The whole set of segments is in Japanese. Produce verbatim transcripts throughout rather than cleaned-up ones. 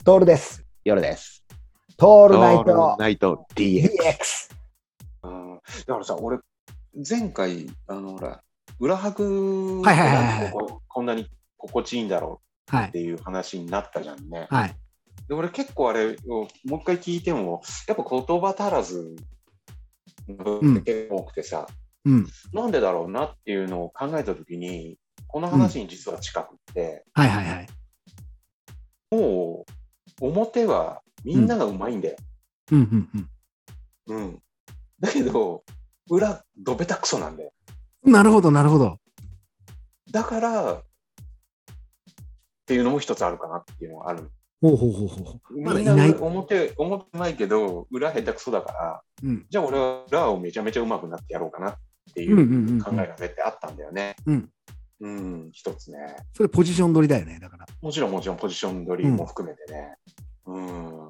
トールです。 夜です。 トールナイオールトナイト ディーエックス。 ディーエックス。 うん、だからさ、俺、前回、あの、ほら、裏拍はいってはいはいはいなんでここ、こんなに心地いいんだろうはい。 っていう話になったじゃんね。 はい。 で、俺結構あれをもう一回聞いても、やっぱ言葉足らずの部分って結構多くてさ、 うん。 なんでだろうなっていうのを考えたときに、このうん。 話に実は近くって、 はいはいはい。 もう、表はみんながうまいんだよ。 うんうんうん。だけど、裏、どべたくそなんだよ。 うん。なるほどなるほど。 だから、っていうのも一つあるかなっていうのがある。 ほうほうほうほう。まだみんないない。 表、表うまいけど、裏下手くそだから、 うん。 じゃあ俺は裏をめちゃめちゃうまくなってやろうかなっていうんうんううん考うん。 えが絶対あったんだよね。 うん。 うん、一つね。 それポジション取りだよね。だから。 もちろんもちろんポジション取りも含めてね。うん。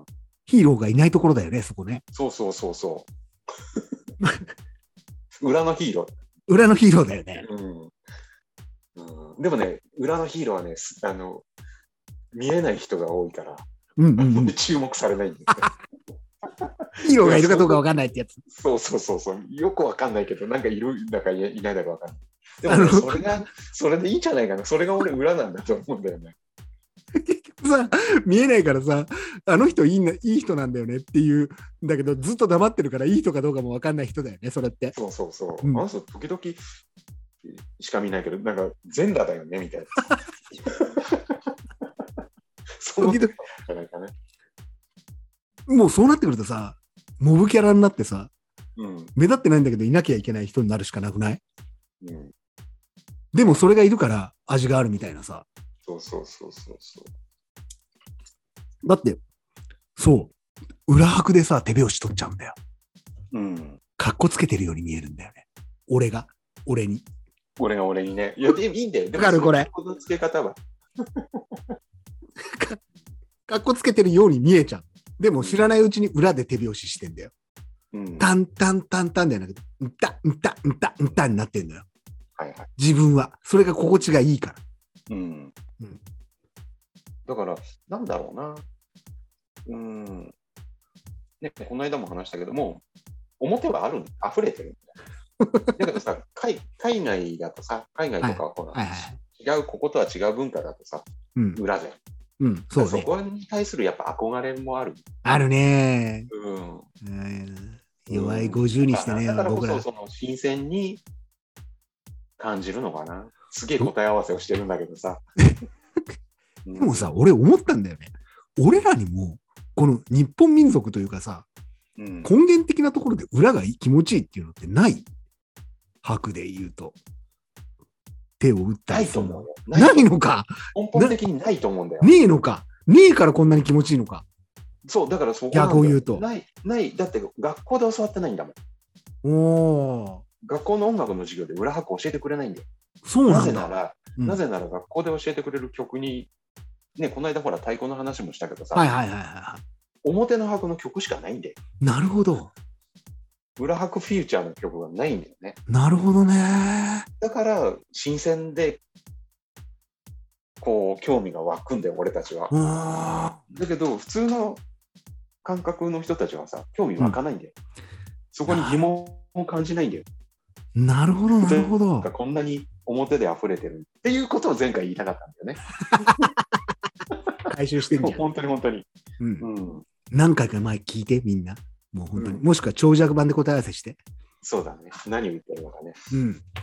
ヒーローがいないところだよね、そこね。 そうそうそうそう。裏のヒーロー。 裏のヒーローだよね。 うんうん、でもね、裏のヒーローはね、あの、見えない人が多いから、 うんうんうん。 注目されないんですよ。 ヒーローがいるかどうかわかんないってやつ。 そうそうそうそう。よくわかんないけど、なんかいるんだかいないだかわかんない。でもね、 あのそれが、それでいいんじゃないかな。それが俺裏なんだと思うんだよね。 結局さ、見えないからさ、あの人いいな、いい人なんだよねっていう、だけどずっと黙ってるからいい人かどうかもわかんない人だよね、それって。 そうそうそう。 うん、 あの人、時々しか見ないけど、なんか全裸だよね、みたいな。その時々じゃないかね。 もうそうなってくるとさ、モブキャラになってさ、 うん、 目立ってないんだけどいなきゃいけない人になるしかなくない？ うん、 でもそれがいるから味があるみたいなさ。 そうそうそうそうそう。 だって、そう、裏拍でさ、手拍子取っちゃうんだよ。 うん。 かっこつけてるように見えるんだよね。俺が、俺に。 俺が俺にね。いや、でもいいんだよ。でもわかるこれ。 この付け方は。 か, かっこつけてるように見えちゃう。でも知らないうちに裏で手拍子してんだよ。 うん、 タンタンタンタンだよなくて、んたんたんたんたんになってんだよ。 はいはい。 自分は。それが心地がいいから。 うん。 うん、 だから、なんだろうな。うん。ね、この間も話したけども、表はある、溢れてる。だけどさ、海、海外だとさ、海外とかはほら、 はいはいはい違う、こことは違う文化だとさ、 うん、 裏じゃん。 うん、そうね。 そこに対するやっぱ憧れもある。 あるね、 うん。 うん、弱いごじゅうにしてね、 だからこ僕ら。 そ、その新鮮に感じるのかな。すげえ答え合わせをしてるんだけどさ。 でもさ、俺思ったんだよね。俺らにも、この日本民族というかさ、うん、根源的なところで裏が気持ちいいっていうのってない？拍で言うと。手を打ったりするの。ないと思うよ。ないのか。 根本的にないと思うんだよ。 ねえのか。ねえからこんなに気持ちいいのか。 そう、だからそこ逆を言うと。 ない、ない、だって学校で教わってないんだもん。 お学校の音楽の授業で裏拍教えてくれないんだよ。 そうなんだ。 なぜなら、うん、なぜなら学校で教えてくれる曲に、ね、この間ほら太鼓の話もしたけどさ、 はいはいはいはい。 表の拍の曲しかないんだよ。 なるほど。 裏拍フューチャーの曲がないんだよね。 なるほどね。 だから新鮮でこう興味が湧くんだよ俺たちは。だけど普通の感覚の人たちはさ興味湧かないんだよ。うん、そこに疑問を感じないんだよ。 なるほどなるほど。 こんなに表で溢れてるっていうことを前回言いたかったんだよね。 回収してるじゃん。 本当に本当に。 うんうん、何回か前聞いてみんな。もう本当に、うん、もしくは長尺版で答え合わせして。 そうだね。何を言ってるのかね。 うん。